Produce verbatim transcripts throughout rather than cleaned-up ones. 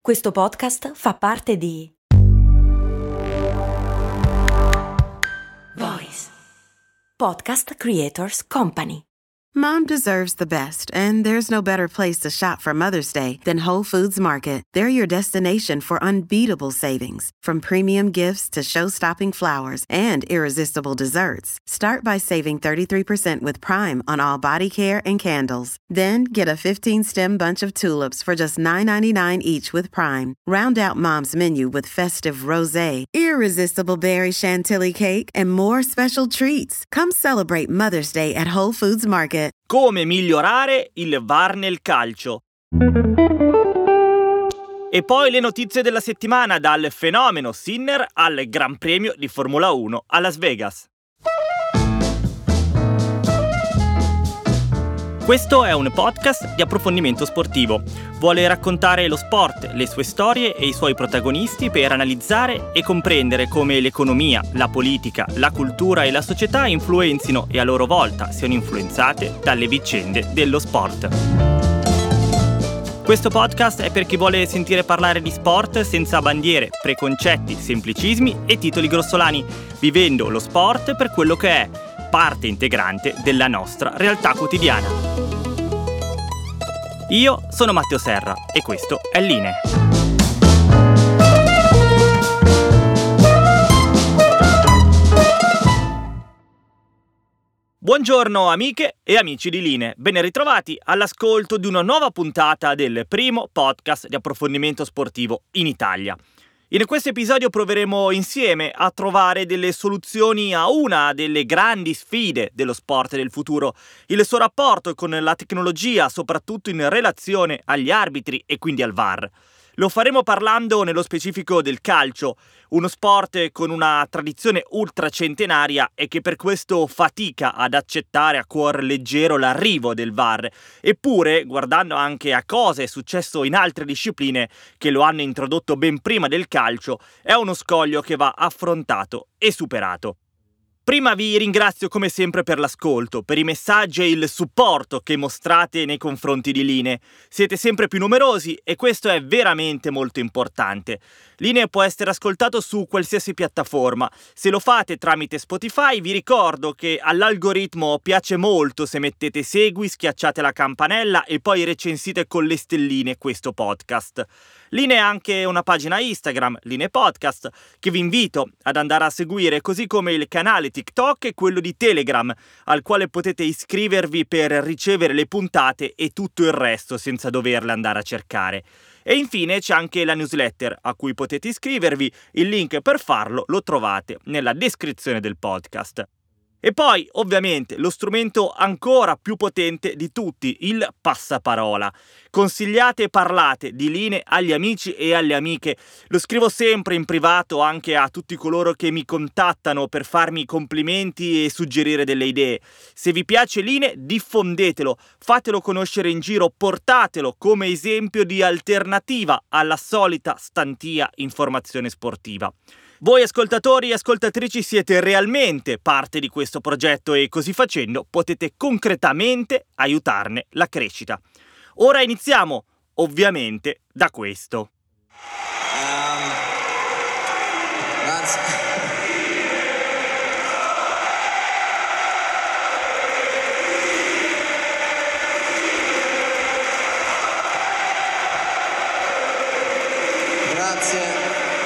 Questo podcast fa parte di Voice Podcast Creators Company. Mom deserves the best, and there's no better place to shop for Mother's Day than Whole Foods Market. They're your destination for unbeatable savings, from premium gifts to show-stopping flowers and irresistible desserts. Start by saving thirty-three percent with Prime on all body care and candles. Then get a fifteen-stem bunch of tulips for just nine ninety-nine each with Prime. Round out Mom's menu with festive rosé, irresistible berry chantilly cake, and more special treats. Come celebrate Mother's Day at Whole Foods Market. Come migliorare il V A R nel calcio. E poi le notizie della settimana, dal fenomeno Sinner al Gran Premio di Formula uno a Las Vegas. Questo è un podcast di approfondimento sportivo. Vuole raccontare lo sport, le sue storie e i suoi protagonisti per analizzare e comprendere come l'economia, la politica, la cultura e la società influenzino e a loro volta siano influenzate dalle vicende dello sport. Questo podcast è per chi vuole sentire parlare di sport senza bandiere, preconcetti, semplicismi e titoli grossolani, vivendo lo sport per quello che è, parte integrante della nostra realtà quotidiana. Io sono Matteo Serra e questo è Linee. Buongiorno amiche e amici di Linee, ben ritrovati all'ascolto di una nuova puntata del primo podcast di approfondimento sportivo in Italia. In questo episodio proveremo insieme a trovare delle soluzioni a una delle grandi sfide dello sport del futuro, il suo rapporto con la tecnologia, soprattutto in relazione agli arbitri e quindi al V A R. Lo faremo parlando nello specifico del calcio, uno sport con una tradizione ultracentenaria e che per questo fatica ad accettare a cuor leggero l'arrivo del V A R. Eppure, guardando anche a cosa è successo in altre discipline che lo hanno introdotto ben prima del calcio, è uno scoglio che va affrontato e superato. Prima vi ringrazio come sempre per l'ascolto, per i messaggi e il supporto che mostrate nei confronti di Linee. Siete sempre più numerosi e questo è veramente molto importante. Linee può essere ascoltato su qualsiasi piattaforma. Se lo fate tramite Spotify vi ricordo che all'algoritmo piace molto se mettete segui, schiacciate la campanella e poi recensite con le stelline questo podcast. Linee ha anche una pagina Instagram, Linee Podcast, che vi invito ad andare a seguire, così come il canale TikTok e quello di Telegram, al quale potete iscrivervi per ricevere le puntate e tutto il resto senza doverle andare a cercare. E infine c'è anche la newsletter a cui potete iscrivervi, il link per farlo lo trovate nella descrizione del podcast. E poi, ovviamente, lo strumento ancora più potente di tutti, il passaparola. Consigliate e parlate di Linee agli amici e alle amiche. Lo scrivo sempre in privato anche a tutti coloro che mi contattano per farmi complimenti e suggerire delle idee. Se vi piace Linee, diffondetelo, fatelo conoscere in giro, portatelo come esempio di alternativa alla solita stantia informazione sportiva. Voi ascoltatori e ascoltatrici siete realmente parte di questo progetto e così facendo potete concretamente aiutarne la crescita. Ora iniziamo, ovviamente, da questo. Um, grazie. Grazie.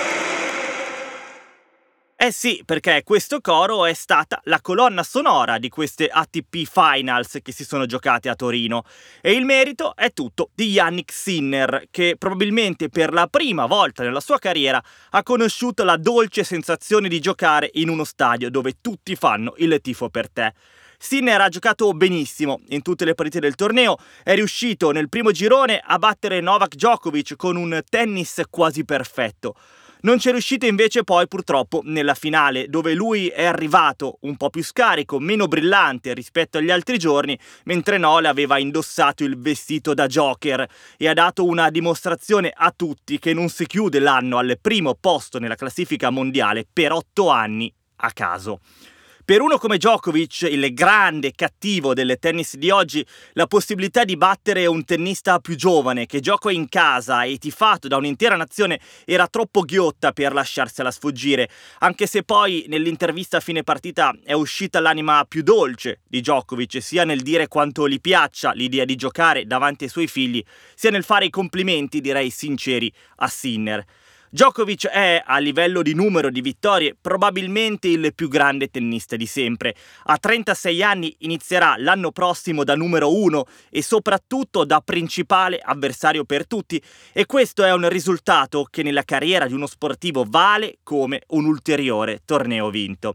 Eh sì, perché questo coro è stata la colonna sonora di queste A T P Finals che si sono giocate a Torino e il merito è tutto di Jannik Sinner, che probabilmente per la prima volta nella sua carriera ha conosciuto la dolce sensazione di giocare in uno stadio dove tutti fanno il tifo per te. Sinner ha giocato benissimo in tutte le partite del torneo, è riuscito nel primo girone a battere Novak Djokovic con un tennis quasi perfetto. Non c'è riuscito invece poi purtroppo nella finale, dove lui è arrivato un po' più scarico, meno brillante rispetto agli altri giorni, mentre Nole aveva indossato il vestito da Joker e ha dato una dimostrazione a tutti che non si chiude l'anno al primo posto nella classifica mondiale per otto anni a caso. Per uno come Djokovic, il grande cattivo del tennis di oggi, la possibilità di battere un tennista più giovane che gioca in casa e tifato da un'intera nazione era troppo ghiotta per lasciarsela sfuggire, anche se poi nell'intervista a fine partita è uscita l'anima più dolce di Djokovic, sia nel dire quanto gli piaccia l'idea di giocare davanti ai suoi figli, sia nel fare i complimenti, direi sinceri, a Sinner. Djokovic è, a livello di numero di vittorie, probabilmente il più grande tennista di sempre. A trentasei anni inizierà l'anno prossimo da numero uno e soprattutto da principale avversario per tutti, e questo è un risultato che nella carriera di uno sportivo vale come un ulteriore torneo vinto.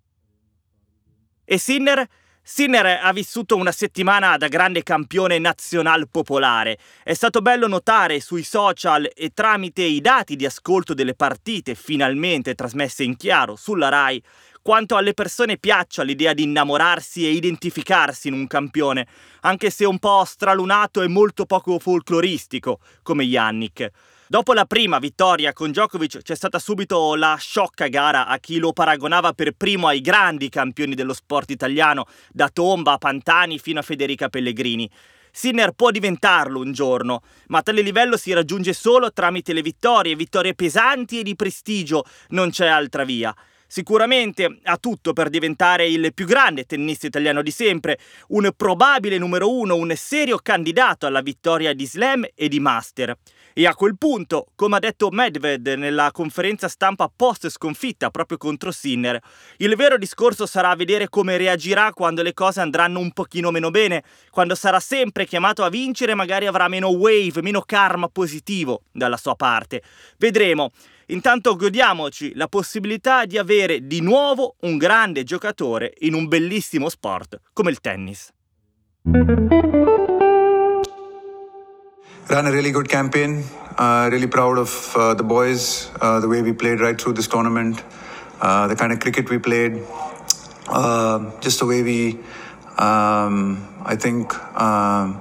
E Sinner? Sinner ha vissuto una settimana da grande campione nazional popolare. È stato bello notare sui social e tramite i dati di ascolto delle partite finalmente trasmesse in chiaro sulla Rai quanto alle persone piaccia l'idea di innamorarsi e identificarsi in un campione, anche se un po' stralunato e molto poco folcloristico come Jannik. Dopo la prima vittoria con Djokovic c'è stata subito la sciocca gara a chi lo paragonava per primo ai grandi campioni dello sport italiano, da Tomba a Pantani fino a Federica Pellegrini. Sinner può diventarlo un giorno, ma tale livello si raggiunge solo tramite le vittorie, vittorie pesanti e di prestigio, non c'è altra via. Sicuramente ha tutto per diventare il più grande tennista italiano di sempre, un probabile numero uno, un serio candidato alla vittoria di Slam e di Master. E a quel punto, come ha detto Medved nella conferenza stampa post sconfitta proprio contro Sinner, il vero discorso sarà vedere come reagirà quando le cose andranno un pochino meno bene, quando sarà sempre chiamato a vincere, magari avrà meno wave, meno karma positivo dalla sua parte. Vedremo. Intanto godiamoci la possibilità di avere di nuovo un grande giocatore in un bellissimo sport come il tennis. Ran a really good campaign. Uh, really proud of uh, the boys, uh, the way we played right through this tournament, uh, the kind of cricket we played, uh, just the way we, um, I think, um,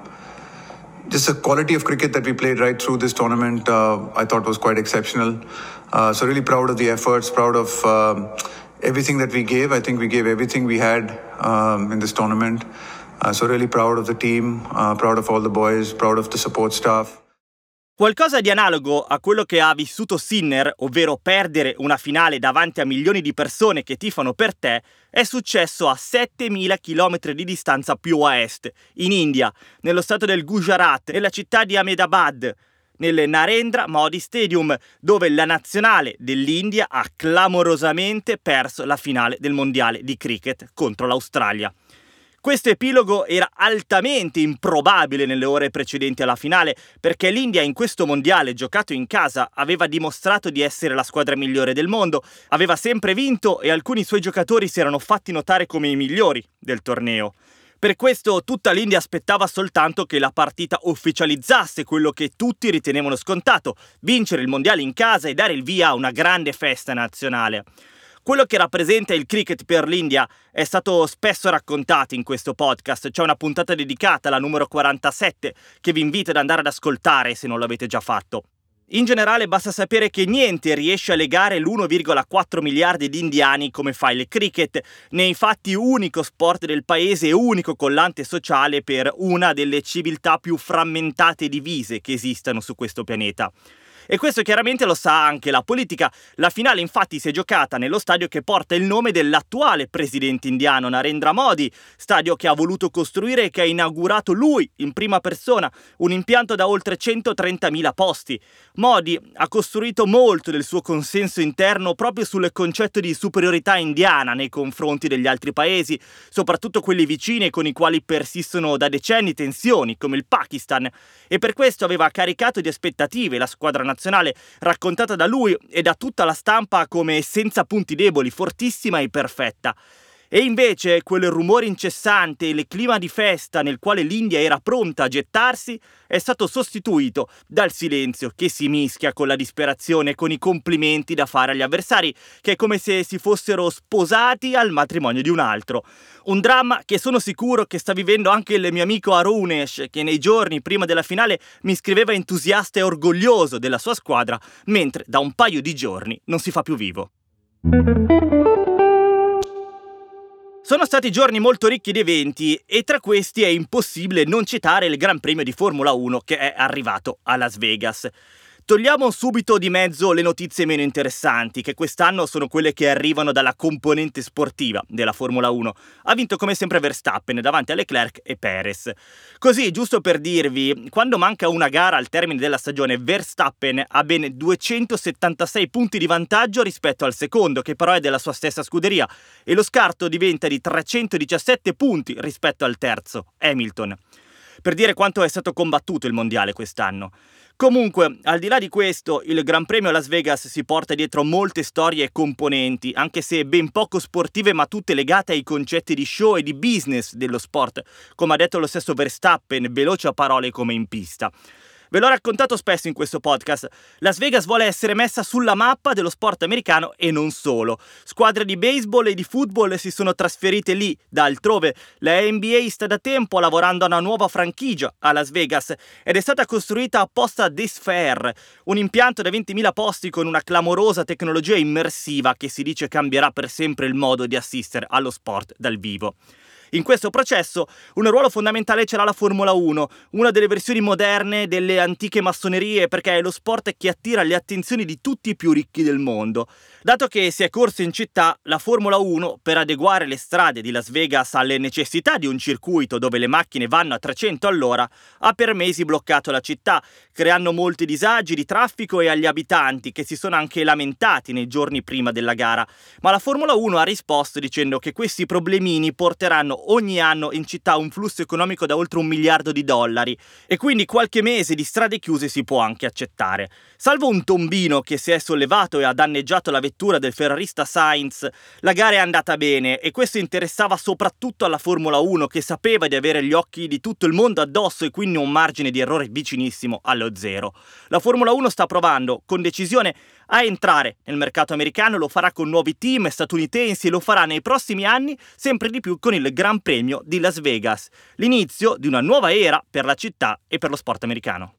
just the quality of cricket that we played right through this tournament, uh, I thought was quite exceptional. Uh, so really proud of the efforts, proud of um, everything that we gave. I think we gave everything we had um, in this tournament. Uh, so really proud of the team, uh, proud of all the boys, proud of the support staff. Qualcosa di analogo a quello che ha vissuto Sinner, ovvero perdere una finale davanti a milioni di persone che tifano per te, è successo a settemila chilometri di distanza più a est, in India, nello stato del Gujarat, nella città di Ahmedabad, nel Narendra Modi Stadium, dove la nazionale dell'India ha clamorosamente perso la finale del mondiale di cricket contro l'Australia. Questo epilogo era altamente improbabile nelle ore precedenti alla finale, perché l'India in questo mondiale giocato in casa aveva dimostrato di essere la squadra migliore del mondo, aveva sempre vinto e alcuni suoi giocatori si erano fatti notare come i migliori del torneo. Per questo tutta l'India aspettava soltanto che la partita ufficializzasse quello che tutti ritenevano scontato, vincere il mondiale in casa e dare il via a una grande festa nazionale. Quello che rappresenta il cricket per l'India è stato spesso raccontato in questo podcast. C'è una puntata dedicata, la numero quarantasette, che vi invito ad andare ad ascoltare se non l'avete già fatto. In generale basta sapere che niente riesce a legare l'uno virgola quattro miliardi di indiani come fa il cricket, nei fatti unico sport del paese e unico collante sociale per una delle civiltà più frammentate e divise che esistano su questo pianeta. E questo chiaramente lo sa anche la politica. La finale infatti si è giocata nello stadio che porta il nome dell'attuale presidente indiano Narendra Modi, stadio che ha voluto costruire e che ha inaugurato lui in prima persona, un impianto da oltre centotrentamila posti. Modi ha costruito molto del suo consenso interno proprio sul concetto di superiorità indiana nei confronti degli altri paesi, soprattutto quelli vicini con i quali persistono da decenni tensioni come il Pakistan, e per questo aveva caricato di aspettative la squadra nazionale nazionale raccontata da lui e da tutta la stampa come senza punti deboli, fortissima e perfetta. E invece quel rumore incessante e il clima di festa nel quale l'India era pronta a gettarsi è stato sostituito dal silenzio che si mischia con la disperazione e con i complimenti da fare agli avversari, che è come se si fossero sposati al matrimonio di un altro. Un dramma che sono sicuro che sta vivendo anche il mio amico Arunesh, che nei giorni prima della finale mi scriveva entusiasta e orgoglioso della sua squadra, mentre da un paio di giorni non si fa più vivo. Sono stati giorni molto ricchi di eventi e tra questi è impossibile non citare il Gran Premio di Formula uno che è arrivato a Las Vegas. Togliamo subito di mezzo le notizie meno interessanti, che quest'anno sono quelle che arrivano dalla componente sportiva della Formula uno. Ha vinto come sempre Verstappen davanti a Leclerc e Perez. Così, giusto per dirvi, quando manca una gara al termine della stagione, Verstappen ha ben duecentosettantasei punti di vantaggio rispetto al secondo, che però è della sua stessa scuderia, e lo scarto diventa di trecentodiciassette punti rispetto al terzo, Hamilton. Per dire quanto è stato combattuto il mondiale quest'anno. Comunque, al di là di questo, il Gran Premio a Las Vegas si porta dietro molte storie e componenti, anche se ben poco sportive ma tutte legate ai concetti di show e di business dello sport, come ha detto lo stesso Verstappen, veloce a parole come in pista. Ve l'ho raccontato spesso in questo podcast, Las Vegas vuole essere messa sulla mappa dello sport americano e non solo. Squadre di baseball e di football si sono trasferite lì, da altrove. La N B A sta da tempo lavorando a una nuova franchigia a Las Vegas ed è stata costruita apposta The Sphere, un impianto da ventimila posti con una clamorosa tecnologia immersiva che si dice cambierà per sempre il modo di assistere allo sport dal vivo. In questo processo un ruolo fondamentale ce l'ha la Formula uno, una delle versioni moderne delle antiche massonerie, perché è lo sport che attira le attenzioni di tutti i più ricchi del mondo. Dato che si è corso in città, la Formula uno, per adeguare le strade di Las Vegas alle necessità di un circuito dove le macchine vanno a trecento all'ora, ha per mesi bloccato la città, creando molti disagi di traffico e agli abitanti che si sono anche lamentati nei giorni prima della gara. Ma la Formula uno ha risposto dicendo che questi problemini porteranno ogni anno in città un flusso economico da oltre un miliardo di dollari e quindi qualche mese di strade chiuse si può anche accettare. Salvo un tombino che si è sollevato e ha danneggiato la vettura del ferrarista Sainz, la gara è andata bene e questo interessava soprattutto alla Formula uno, che sapeva di avere gli occhi di tutto il mondo addosso e quindi un margine di errore vicinissimo allo zero. La Formula uno sta provando con decisione a entrare nel mercato americano, lo farà con nuovi team statunitensi e lo farà nei prossimi anni sempre di più con il Gran Premio di Las Vegas, l'inizio di una nuova era per la città e per lo sport americano.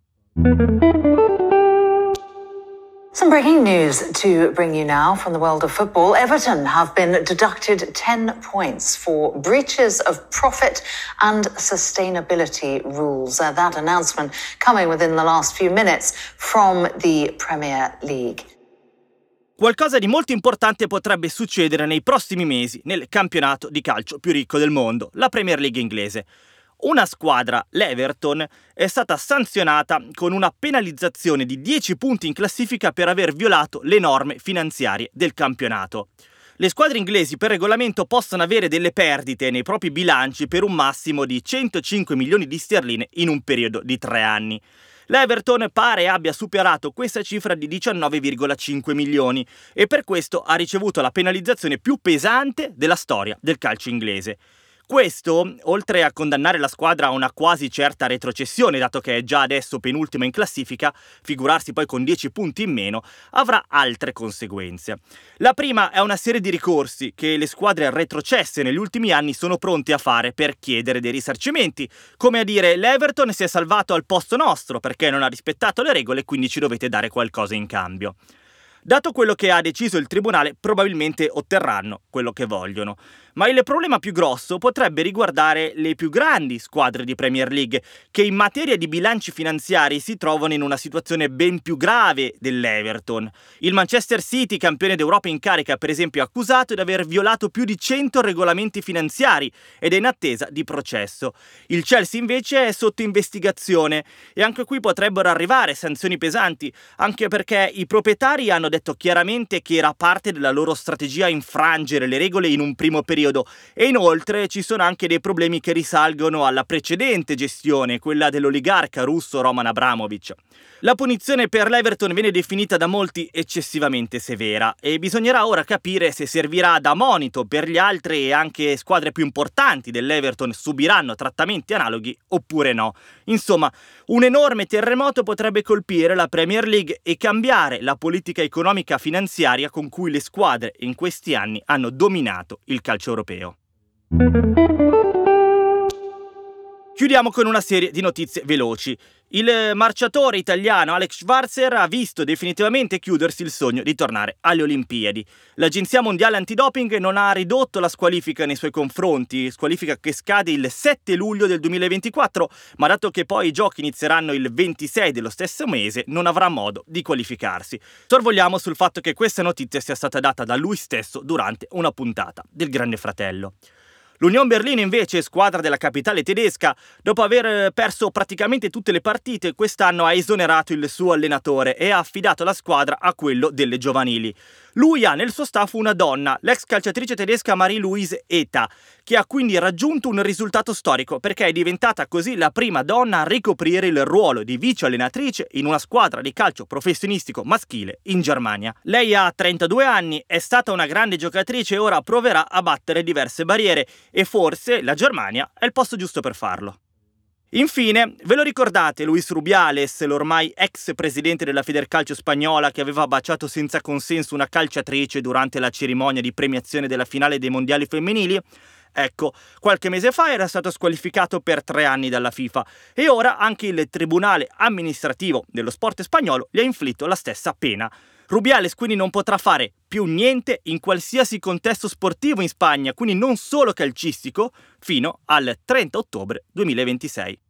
Some breaking news to bring you now from the world of football. Everton have been deducted ten points for breaches of profit and sustainability rules. Uh, that announcement coming within the last few minutes from the Premier League. Qualcosa di molto importante potrebbe succedere nei prossimi mesi nel campionato di calcio più ricco del mondo, la Premier League inglese. Una squadra, l'Everton, è stata sanzionata con una penalizzazione di dieci punti in classifica per aver violato le norme finanziarie del campionato. Le squadre inglesi per regolamento possono avere delle perdite nei propri bilanci per un massimo di centocinque milioni di sterline in un periodo di tre anni. L'Everton pare abbia superato questa cifra di diciannove virgola cinque milioni e per questo ha ricevuto la penalizzazione più pesante della storia del calcio inglese. Questo, oltre a condannare la squadra a una quasi certa retrocessione, dato che è già adesso penultima in classifica, figurarsi poi con dieci punti in meno, avrà altre conseguenze. La prima è una serie di ricorsi che le squadre retrocesse negli ultimi anni sono pronte a fare per chiedere dei risarcimenti, come a dire l'Everton si è salvato al posto nostro perché non ha rispettato le regole, quindi ci dovete dare qualcosa in cambio. Dato quello che ha deciso il tribunale, probabilmente otterranno quello che vogliono. Ma il problema più grosso potrebbe riguardare le più grandi squadre di Premier League, che in materia di bilanci finanziari si trovano in una situazione ben più grave dell'Everton. Il Manchester City, campione d'Europa in carica, per esempio, è accusato di aver violato più di cento regolamenti finanziari ed è in attesa di processo. Il Chelsea invece è sotto investigazione e anche qui potrebbero arrivare sanzioni pesanti, anche perché i proprietari hanno detto chiaramente che era parte della loro strategia infrangere le regole in un primo periodo e inoltre ci sono anche dei problemi che risalgono alla precedente gestione, quella dell'oligarca russo Roman Abramovich. La punizione per l'Everton viene definita da molti eccessivamente severa e bisognerà ora capire se servirà da monito per gli altri e anche squadre più importanti dell'Everton subiranno trattamenti analoghi oppure no. Insomma, un enorme terremoto potrebbe colpire la Premier League e cambiare la politica economica finanziaria con cui le squadre in questi anni hanno dominato il calcio europeo. Chiudiamo con una serie di notizie veloci. Il marciatore italiano Alex Schwarzer ha visto definitivamente chiudersi il sogno di tornare alle Olimpiadi. L'Agenzia Mondiale Antidoping non ha ridotto la squalifica nei suoi confronti, squalifica che scade il sette luglio del duemilaventiquattro, ma dato che poi i giochi inizieranno il ventisei dello stesso mese, non avrà modo di qualificarsi. Sorvoliamo sul fatto che questa notizia sia stata data da lui stesso durante una puntata del Grande Fratello. L'Union Berlino invece, squadra della capitale tedesca, dopo aver perso praticamente tutte le partite, quest'anno ha esonerato il suo allenatore e ha affidato la squadra a quello delle giovanili. Lui ha nel suo staff una donna, l'ex calciatrice tedesca Marie-Louise Eta, che ha quindi raggiunto un risultato storico perché è diventata così la prima donna a ricoprire il ruolo di vice allenatrice in una squadra di calcio professionistico maschile in Germania. Lei ha trentadue anni, è stata una grande giocatrice e ora proverà a battere diverse barriere e forse la Germania è il posto giusto per farlo. Infine, ve lo ricordate Luis Rubiales, l'ormai ex presidente della Federcalcio spagnola che aveva baciato senza consenso una calciatrice durante la cerimonia di premiazione della finale dei mondiali femminili? Ecco, qualche mese fa era stato squalificato per tre anni dalla FIFA e ora anche il Tribunale amministrativo dello sport spagnolo gli ha inflitto la stessa pena. Rubiales quindi non potrà fare più niente in qualsiasi contesto sportivo in Spagna, quindi non solo calcistico, fino al trenta ottobre duemilaventisei.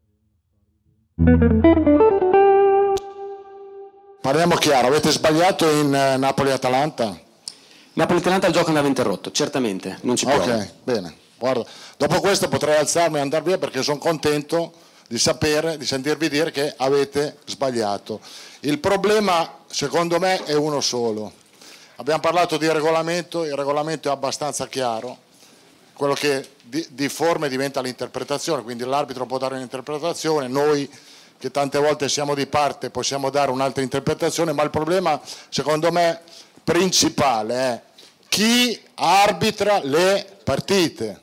Parliamo chiaro, avete sbagliato in eh, Napoli-Atalanta? Napoli-Atalanta il gioco andava interrotto, certamente, non ci piove. Ok, bene. Guarda, dopo questo potrei alzarmi e andare via perché sono contento di sapere, di sentirvi dire che avete sbagliato. Il problema, secondo me, è uno solo. Abbiamo parlato di regolamento, il regolamento è abbastanza chiaro, quello che di, di forme diventa l'interpretazione, quindi l'arbitro può dare un'interpretazione, noi che tante volte siamo di parte possiamo dare un'altra interpretazione, ma il problema, secondo me, principale è chi arbitra le partite.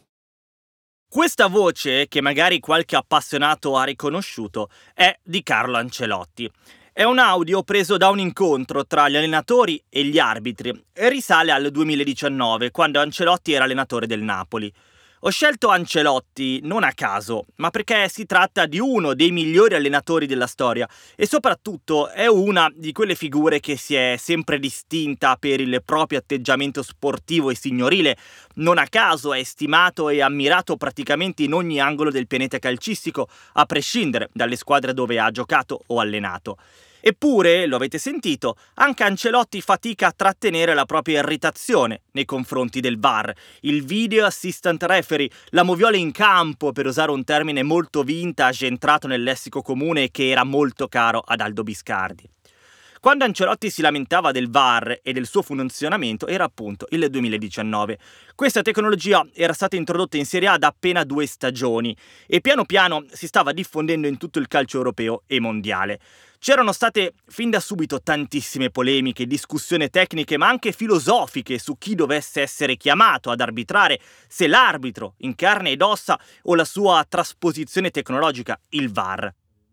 Questa voce, che magari qualche appassionato ha riconosciuto, è di Carlo Ancelotti. È un audio preso da un incontro tra gli allenatori e gli arbitri e risale al duemiladiciannove, quando Ancelotti era allenatore del Napoli. Ho scelto Ancelotti non a caso, ma perché si tratta di uno dei migliori allenatori della storia e soprattutto è una di quelle figure che si è sempre distinta per il proprio atteggiamento sportivo e signorile. Non a caso è stimato e ammirato praticamente in ogni angolo del pianeta calcistico, a prescindere dalle squadre dove ha giocato o allenato. Eppure, lo avete sentito, anche Ancelotti fatica a trattenere la propria irritazione nei confronti del V A R, il Video Assistant Referee, la moviola in campo, per usare un termine molto vintage entrato nel lessico comune e che era molto caro ad Aldo Biscardi. Quando Ancelotti si lamentava del V A R e del suo funzionamento era appunto il duemiladiciannove. Questa tecnologia era stata introdotta in Serie A da appena due stagioni e piano piano si stava diffondendo in tutto il calcio europeo e mondiale. C'erano state fin da subito tantissime polemiche, discussioni tecniche ma anche filosofiche su chi dovesse essere chiamato ad arbitrare, se l'arbitro in carne ed ossa o la sua trasposizione tecnologica, il V A R.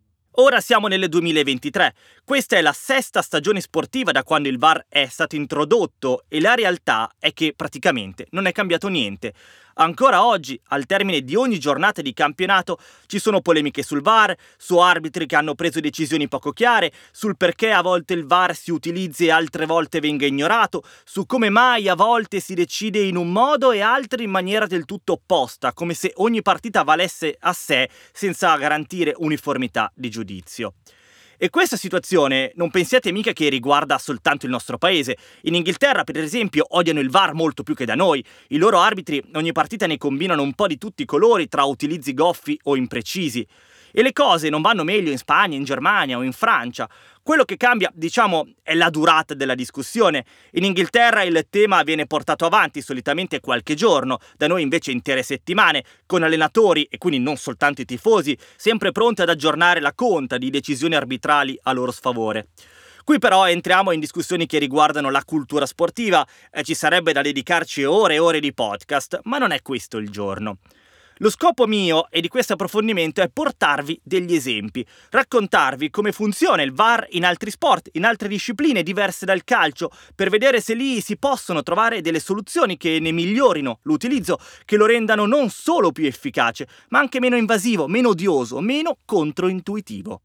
Ora siamo nel duemilaventitré, questa è la sesta stagione sportiva da quando il V A R è stato introdotto e la realtà è che praticamente non è cambiato niente. Ancora oggi, al termine di ogni giornata di campionato, ci sono polemiche sul V A R, su arbitri che hanno preso decisioni poco chiare, sul perché a volte il V A R si utilizzi e altre volte venga ignorato, su come mai a volte si decide in un modo e altre in maniera del tutto opposta, come se ogni partita valesse a sé senza garantire uniformità di giudizio. E questa situazione non pensiate mica che riguarda soltanto il nostro paese. In Inghilterra, per esempio, odiano il V A R molto più che da noi. I loro arbitri ogni partita ne combinano un po' di tutti i colori tra utilizzi goffi o imprecisi. E le cose non vanno meglio in Spagna, in Germania o in Francia. Quello che cambia, diciamo, è la durata della discussione. In Inghilterra il tema viene portato avanti solitamente qualche giorno, da noi invece intere settimane, con allenatori, e quindi non soltanto i tifosi, sempre pronti ad aggiornare la conta di decisioni arbitrali a loro sfavore. Qui però entriamo in discussioni che riguardano la cultura sportiva, e ci sarebbe da dedicarci ore e ore di podcast, ma non è questo il giorno. Lo scopo mio e di questo approfondimento è portarvi degli esempi, raccontarvi come funziona il V A R in altri sport, in altre discipline diverse dal calcio, per vedere se lì si possono trovare delle soluzioni che ne migliorino l'utilizzo, che lo rendano non solo più efficace, ma anche meno invasivo, meno odioso, meno controintuitivo.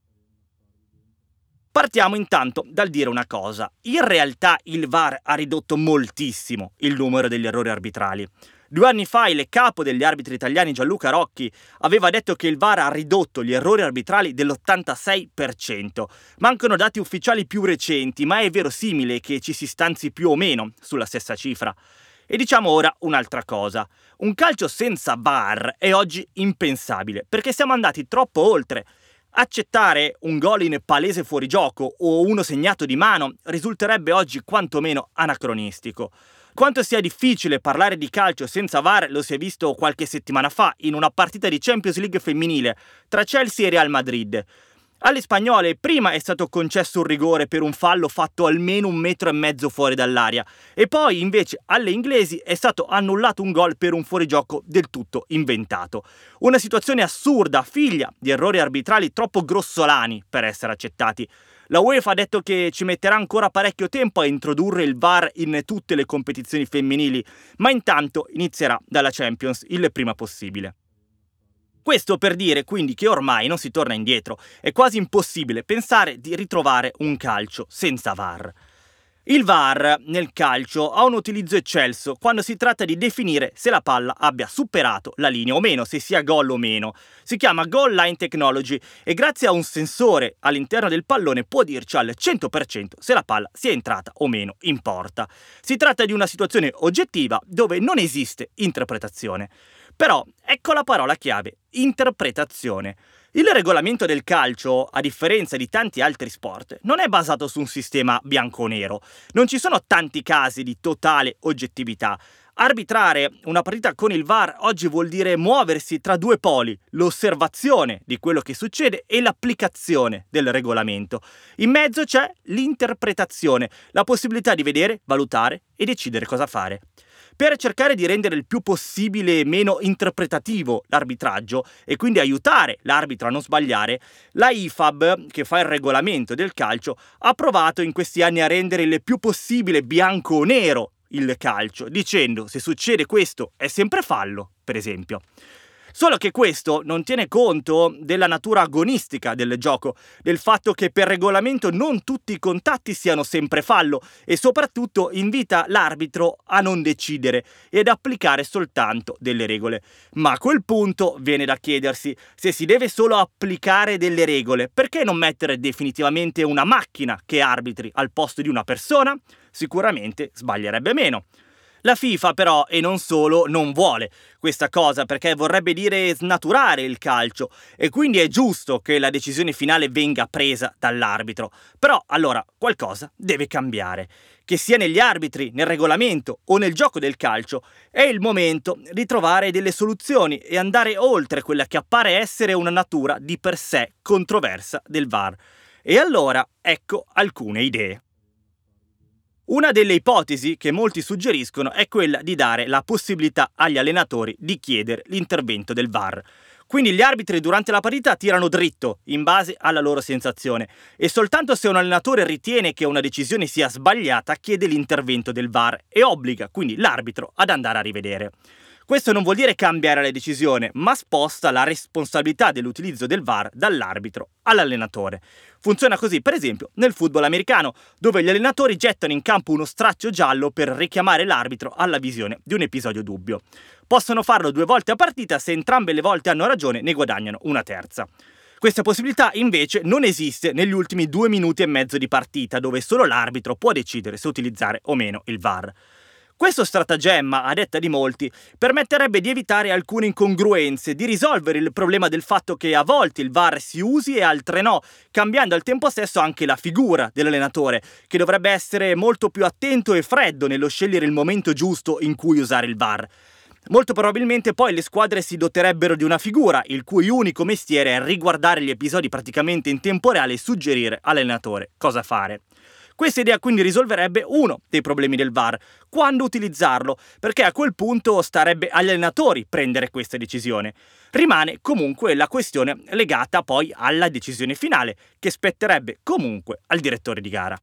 Partiamo intanto dal dire una cosa. In realtà il V A R ha ridotto moltissimo il numero degli errori arbitrali. Due anni fa il capo degli arbitri italiani Gianluca Rocchi aveva detto che il V A R ha ridotto gli errori arbitrali dell'ottantasei per cento. Mancano dati ufficiali più recenti, ma è verosimile che ci si stanzi più o meno sulla stessa cifra. E diciamo ora un'altra cosa. Un calcio senza V A R è oggi impensabile, perché siamo andati troppo oltre. Accettare un gol in palese fuorigioco o uno segnato di mano risulterebbe oggi quantomeno anacronistico. Quanto sia difficile parlare di calcio senza V A R lo si è visto qualche settimana fa in una partita di Champions League femminile tra Chelsea e Real Madrid. Alle spagnole prima è stato concesso un rigore per un fallo fatto almeno un metro e mezzo fuori dall'area e poi invece alle inglesi è stato annullato un gol per un fuorigioco del tutto inventato. Una situazione assurda, figlia di errori arbitrali troppo grossolani per essere accettati. La UEFA ha detto che ci metterà ancora parecchio tempo a introdurre il V A R in tutte le competizioni femminili, ma intanto inizierà dalla Champions il prima possibile. Questo per dire quindi che ormai non si torna indietro, è quasi impossibile pensare di ritrovare un calcio senza V A R. Il V A R nel calcio ha un utilizzo eccelso quando si tratta di definire se la palla abbia superato la linea o meno, se sia gol o meno. Si chiama Goal Line Technology e grazie a un sensore all'interno del pallone può dirci al cento per cento se la palla sia entrata o meno in porta. Si tratta di una situazione oggettiva dove non esiste interpretazione. Però ecco la parola chiave, interpretazione. Il regolamento del calcio, a differenza di tanti altri sport, non è basato su un sistema bianco-nero. Non ci sono tanti casi di totale oggettività. Arbitrare una partita con il V A R oggi vuol dire muoversi tra due poli, l'osservazione di quello che succede e l'applicazione del regolamento. In mezzo c'è l'interpretazione, la possibilità di vedere, valutare e decidere cosa fare. Per cercare di rendere il più possibile meno interpretativo l'arbitraggio e quindi aiutare l'arbitro a non sbagliare, la I F A B, che fa il regolamento del calcio, ha provato in questi anni a rendere il più possibile bianco o nero il calcio, dicendo se succede questo è sempre fallo, per esempio. Solo che questo non tiene conto della natura agonistica del gioco, del fatto che per regolamento non tutti i contatti siano sempre fallo e soprattutto invita l'arbitro a non decidere e ad applicare soltanto delle regole. Ma a quel punto viene da chiedersi, se si deve solo applicare delle regole, perché non mettere definitivamente una macchina che arbitri al posto di una persona? Sicuramente sbaglierebbe meno. La FIFA però, e non solo, non vuole questa cosa perché vorrebbe dire snaturare il calcio e quindi è giusto che la decisione finale venga presa dall'arbitro. Però allora qualcosa deve cambiare. Che sia negli arbitri, nel regolamento o nel gioco del calcio, è il momento di trovare delle soluzioni e andare oltre quella che appare essere una natura di per sé controversa del V A R. E allora ecco alcune idee. Una delle ipotesi che molti suggeriscono è quella di dare la possibilità agli allenatori di chiedere l'intervento del V A R. Quindi gli arbitri durante la partita tirano dritto in base alla loro sensazione e soltanto se un allenatore ritiene che una decisione sia sbagliata chiede l'intervento del V A R e obbliga quindi l'arbitro ad andare a rivedere. Questo non vuol dire cambiare la decisione, ma sposta la responsabilità dell'utilizzo del V A R dall'arbitro all'allenatore. Funziona così, per esempio, nel football americano, dove gli allenatori gettano in campo uno straccio giallo per richiamare l'arbitro alla visione di un episodio dubbio. Possono farlo due volte a partita, se entrambe le volte hanno ragione ne guadagnano una terza. Questa possibilità invece non esiste negli ultimi due minuti e mezzo di partita, dove solo l'arbitro può decidere se utilizzare o meno il V A R. Questo stratagemma, a detta di molti, permetterebbe di evitare alcune incongruenze, di risolvere il problema del fatto che a volte il V A R si usi e altre no, cambiando al tempo stesso anche la figura dell'allenatore, che dovrebbe essere molto più attento e freddo nello scegliere il momento giusto in cui usare il V A R. Molto probabilmente poi le squadre si doterebbero di una figura, il cui unico mestiere è riguardare gli episodi praticamente in tempo reale e suggerire all'allenatore cosa fare. Questa idea quindi risolverebbe uno dei problemi del V A R, quando utilizzarlo, perché a quel punto starebbe agli allenatori prendere questa decisione. Rimane comunque la questione legata poi alla decisione finale, che spetterebbe comunque al direttore di gara.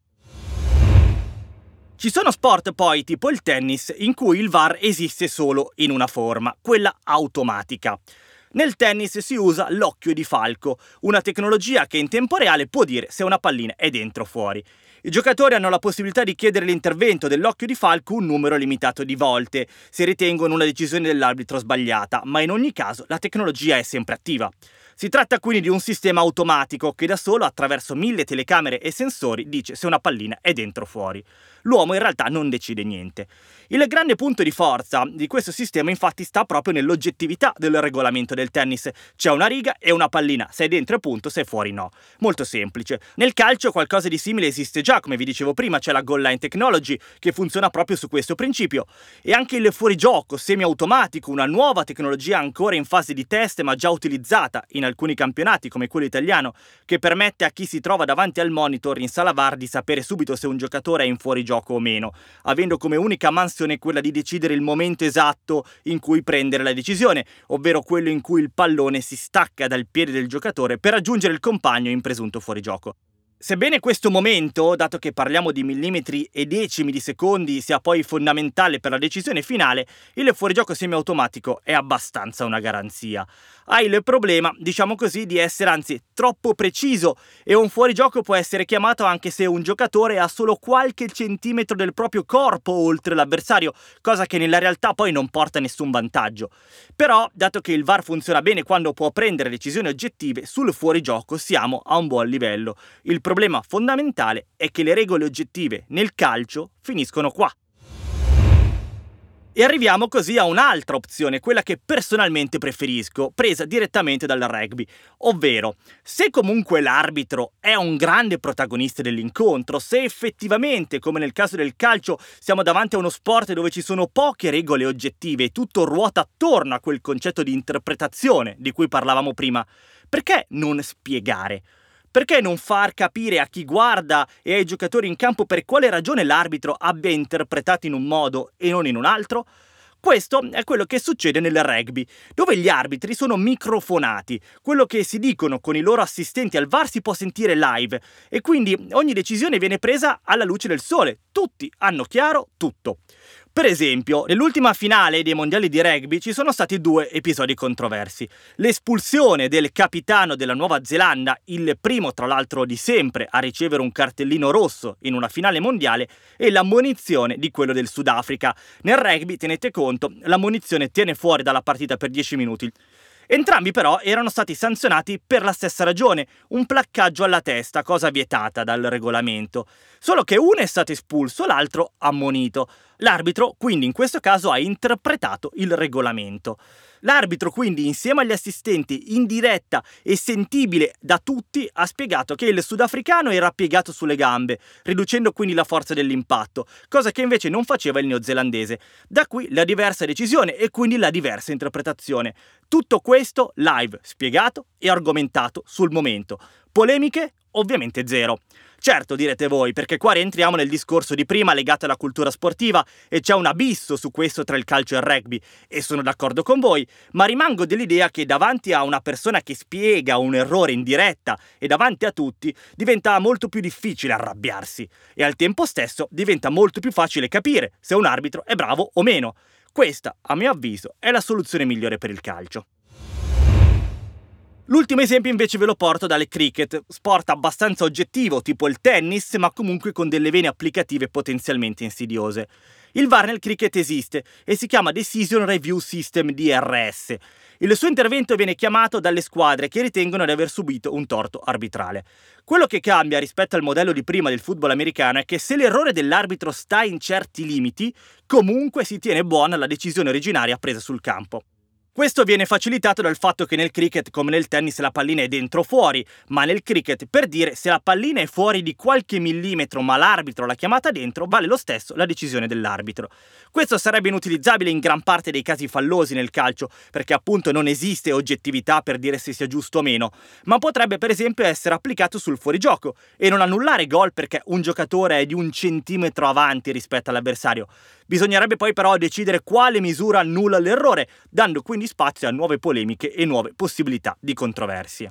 Ci sono sport poi, tipo il tennis, in cui il V A R esiste solo in una forma, quella automatica. Nel tennis si usa l'occhio di falco, una tecnologia che in tempo reale può dire se una pallina è dentro o fuori. I giocatori hanno la possibilità di chiedere l'intervento dell'occhio di falco un numero limitato di volte, se ritengono una decisione dell'arbitro sbagliata, ma in ogni caso la tecnologia è sempre attiva. Si tratta quindi di un sistema automatico che da solo, attraverso mille telecamere e sensori, dice se una pallina è dentro o fuori. L'uomo in realtà non decide niente. Il grande punto di forza di questo sistema infatti sta proprio nell'oggettività del regolamento del tennis. C'è una riga e una pallina, se è dentro è punto, se è fuori no. Molto semplice. Nel calcio qualcosa di simile esiste già, come vi dicevo prima, c'è la goal line technology che funziona proprio su questo principio. E anche il fuorigioco semiautomatico, una nuova tecnologia ancora in fase di test ma già utilizzata in alcuni campionati come quello italiano, che permette a chi si trova davanti al monitor in sala V A R di sapere subito se un giocatore è in fuorigioco o meno, avendo come unica mansione quella di decidere il momento esatto in cui prendere la decisione, ovvero quello in cui il pallone si stacca dal piede del giocatore per raggiungere il compagno in presunto fuorigioco. Sebbene questo momento, dato che parliamo di millimetri e decimi di secondi, sia poi fondamentale per la decisione finale, il fuorigioco semiautomatico è abbastanza una garanzia. Ha il problema, diciamo così, di essere anzi troppo preciso, e un fuorigioco può essere chiamato anche se un giocatore ha solo qualche centimetro del proprio corpo oltre l'avversario, cosa che nella realtà poi non porta nessun vantaggio. Però, dato che il V A R funziona bene quando può prendere decisioni oggettive, sul fuorigioco siamo a un buon livello. Il problema fondamentale è che le regole oggettive nel calcio finiscono qua. E arriviamo così a un'altra opzione, quella che personalmente preferisco, presa direttamente dal rugby, ovvero se comunque l'arbitro è un grande protagonista dell'incontro, se effettivamente, come nel caso del calcio, siamo davanti a uno sport dove ci sono poche regole oggettive e tutto ruota attorno a quel concetto di interpretazione di cui parlavamo prima, perché non spiegare? Perché non far capire a chi guarda e ai giocatori in campo per quale ragione l'arbitro abbia interpretato in un modo e non in un altro? Questo è quello che succede nel rugby, dove gli arbitri sono microfonati. Quello che si dicono con i loro assistenti al V A R si può sentire live e quindi ogni decisione viene presa alla luce del sole. Tutti hanno chiaro tutto. Per esempio, nell'ultima finale dei mondiali di rugby ci sono stati due episodi controversi. L'espulsione del capitano della Nuova Zelanda, il primo tra l'altro di sempre a ricevere un cartellino rosso in una finale mondiale, e l'ammonizione di quello del Sudafrica. Nel rugby, tenete conto, l'ammonizione tiene fuori dalla partita per dieci minuti. Entrambi però erano stati sanzionati per la stessa ragione, un placcaggio alla testa, cosa vietata dal regolamento. Solo che uno è stato espulso, l'altro ammonito. L'arbitro quindi in questo caso ha interpretato il regolamento. L'arbitro quindi insieme agli assistenti in diretta e sentibile da tutti ha spiegato che il sudafricano era piegato sulle gambe, riducendo quindi la forza dell'impatto, cosa che invece non faceva il neozelandese. Da qui la diversa decisione e quindi la diversa interpretazione. Tutto questo live, spiegato e argomentato sul momento. Polemiche? Ovviamente zero. Certo, direte voi, perché qua rientriamo nel discorso di prima legato alla cultura sportiva e c'è un abisso su questo tra il calcio e il rugby, e sono d'accordo con voi, ma rimango dell'idea che davanti a una persona che spiega un errore in diretta e davanti a tutti diventa molto più difficile arrabbiarsi e al tempo stesso diventa molto più facile capire se un arbitro è bravo o meno. Questa, a mio avviso, è la soluzione migliore per il calcio. L'ultimo esempio invece ve lo porto dalle cricket, sport abbastanza oggettivo tipo il tennis, ma comunque con delle vene applicative potenzialmente insidiose. Il V A R nel cricket esiste e si chiama Decision Review System D R S. Il suo intervento viene chiamato dalle squadre che ritengono di aver subito un torto arbitrale. Quello che cambia rispetto al modello di prima del football americano è che se l'errore dell'arbitro sta in certi limiti, comunque si tiene buona la decisione originaria presa sul campo. Questo viene facilitato dal fatto che nel cricket, come nel tennis, la pallina è dentro o fuori, ma nel cricket, per dire, se la pallina è fuori di qualche millimetro ma l'arbitro l'ha chiamata dentro, vale lo stesso la decisione dell'arbitro. Questo sarebbe inutilizzabile in gran parte dei casi fallosi nel calcio, perché appunto non esiste oggettività per dire se sia giusto o meno, ma potrebbe per esempio essere applicato sul fuorigioco e non annullare gol perché un giocatore è di un centimetro avanti rispetto all'avversario. Bisognerebbe poi però decidere quale misura annulla l'errore, dando quindi spazio a nuove polemiche e nuove possibilità di controversie.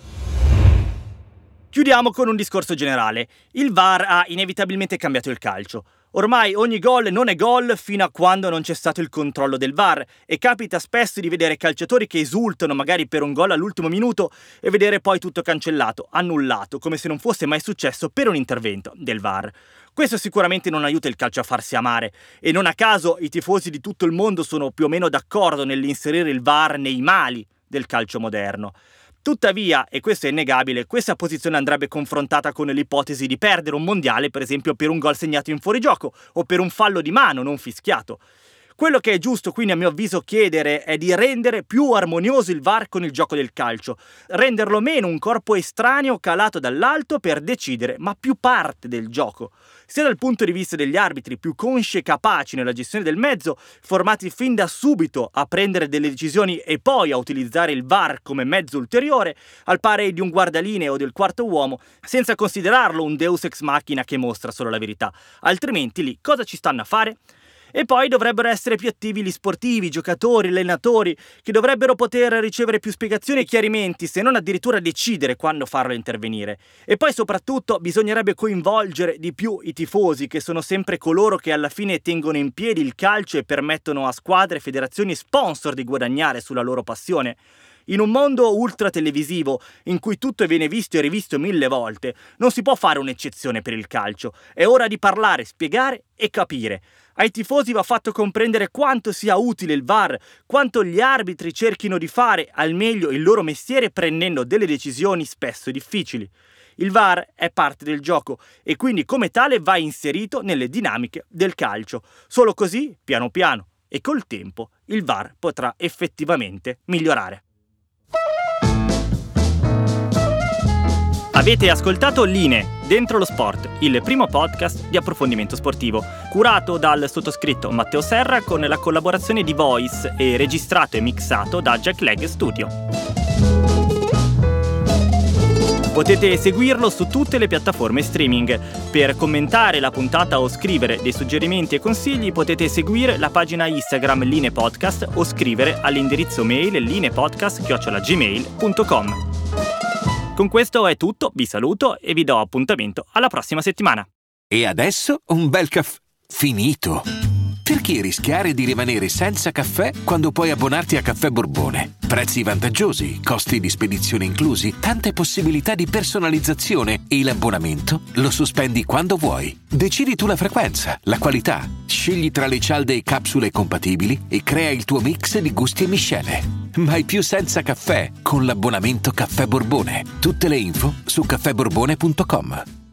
Chiudiamo con un discorso generale. Il V A R ha inevitabilmente cambiato il calcio. Ormai ogni gol non è gol fino a quando non c'è stato il controllo del V A R e capita spesso di vedere calciatori che esultano magari per un gol all'ultimo minuto e vedere poi tutto cancellato, annullato, come se non fosse mai successo per un intervento del V A R. Questo sicuramente non aiuta il calcio a farsi amare e non a caso i tifosi di tutto il mondo sono più o meno d'accordo nell'inserire il V A R nei mali del calcio moderno. Tuttavia, e questo è innegabile, questa posizione andrebbe confrontata con l'ipotesi di perdere un mondiale, per esempio per un gol segnato in fuorigioco o per un fallo di mano non fischiato. Quello che è giusto quindi a mio avviso chiedere è di rendere più armonioso il V A R con il gioco del calcio, renderlo meno un corpo estraneo calato dall'alto per decidere, ma più parte del gioco. Sia dal punto di vista degli arbitri più consci e capaci nella gestione del mezzo, formati fin da subito a prendere delle decisioni e poi a utilizzare il V A R come mezzo ulteriore, al pari di un guardalinee o del quarto uomo, senza considerarlo un deus ex machina che mostra solo la verità. Altrimenti lì cosa ci stanno a fare? E poi dovrebbero essere più attivi gli sportivi, i giocatori, gli allenatori, che dovrebbero poter ricevere più spiegazioni e chiarimenti, se non addirittura decidere quando farlo intervenire. E poi soprattutto bisognerebbe coinvolgere di più i tifosi, che sono sempre coloro che alla fine tengono in piedi il calcio e permettono a squadre, federazioni e sponsor di guadagnare sulla loro passione. In un mondo ultra televisivo, in cui tutto viene visto e rivisto mille volte, non si può fare un'eccezione per il calcio. È ora di parlare, spiegare e capire. Ai tifosi va fatto comprendere quanto sia utile il V A R, quanto gli arbitri cerchino di fare al meglio il loro mestiere prendendo delle decisioni spesso difficili. Il V A R è parte del gioco e quindi come tale va inserito nelle dinamiche del calcio. Solo così, piano piano e col tempo, il V A R potrà effettivamente migliorare. Avete ascoltato Linee, Dentro lo Sport, il primo podcast di approfondimento sportivo, curato dal sottoscritto Matteo Serra con la collaborazione di Voice e registrato e mixato da Jack Leg Studio. Potete seguirlo su tutte le piattaforme streaming. Per commentare la puntata o scrivere dei suggerimenti e consigli potete seguire la pagina Instagram Linee Podcast o scrivere all'indirizzo mail lineepodcast chiocciola gmail punto com. Con questo è tutto, vi saluto e vi do appuntamento alla prossima settimana. E adesso un bel caffè finito. Perché rischiare di rimanere senza caffè quando puoi abbonarti a Caffè Borbone? Prezzi vantaggiosi, costi di spedizione inclusi, tante possibilità di personalizzazione e l'abbonamento lo sospendi quando vuoi. Decidi tu la frequenza, la qualità, scegli tra le cialde e capsule compatibili e crea il tuo mix di gusti e miscele. Mai più senza caffè con l'abbonamento Caffè Borbone. Tutte le info su caffè borbone punto com.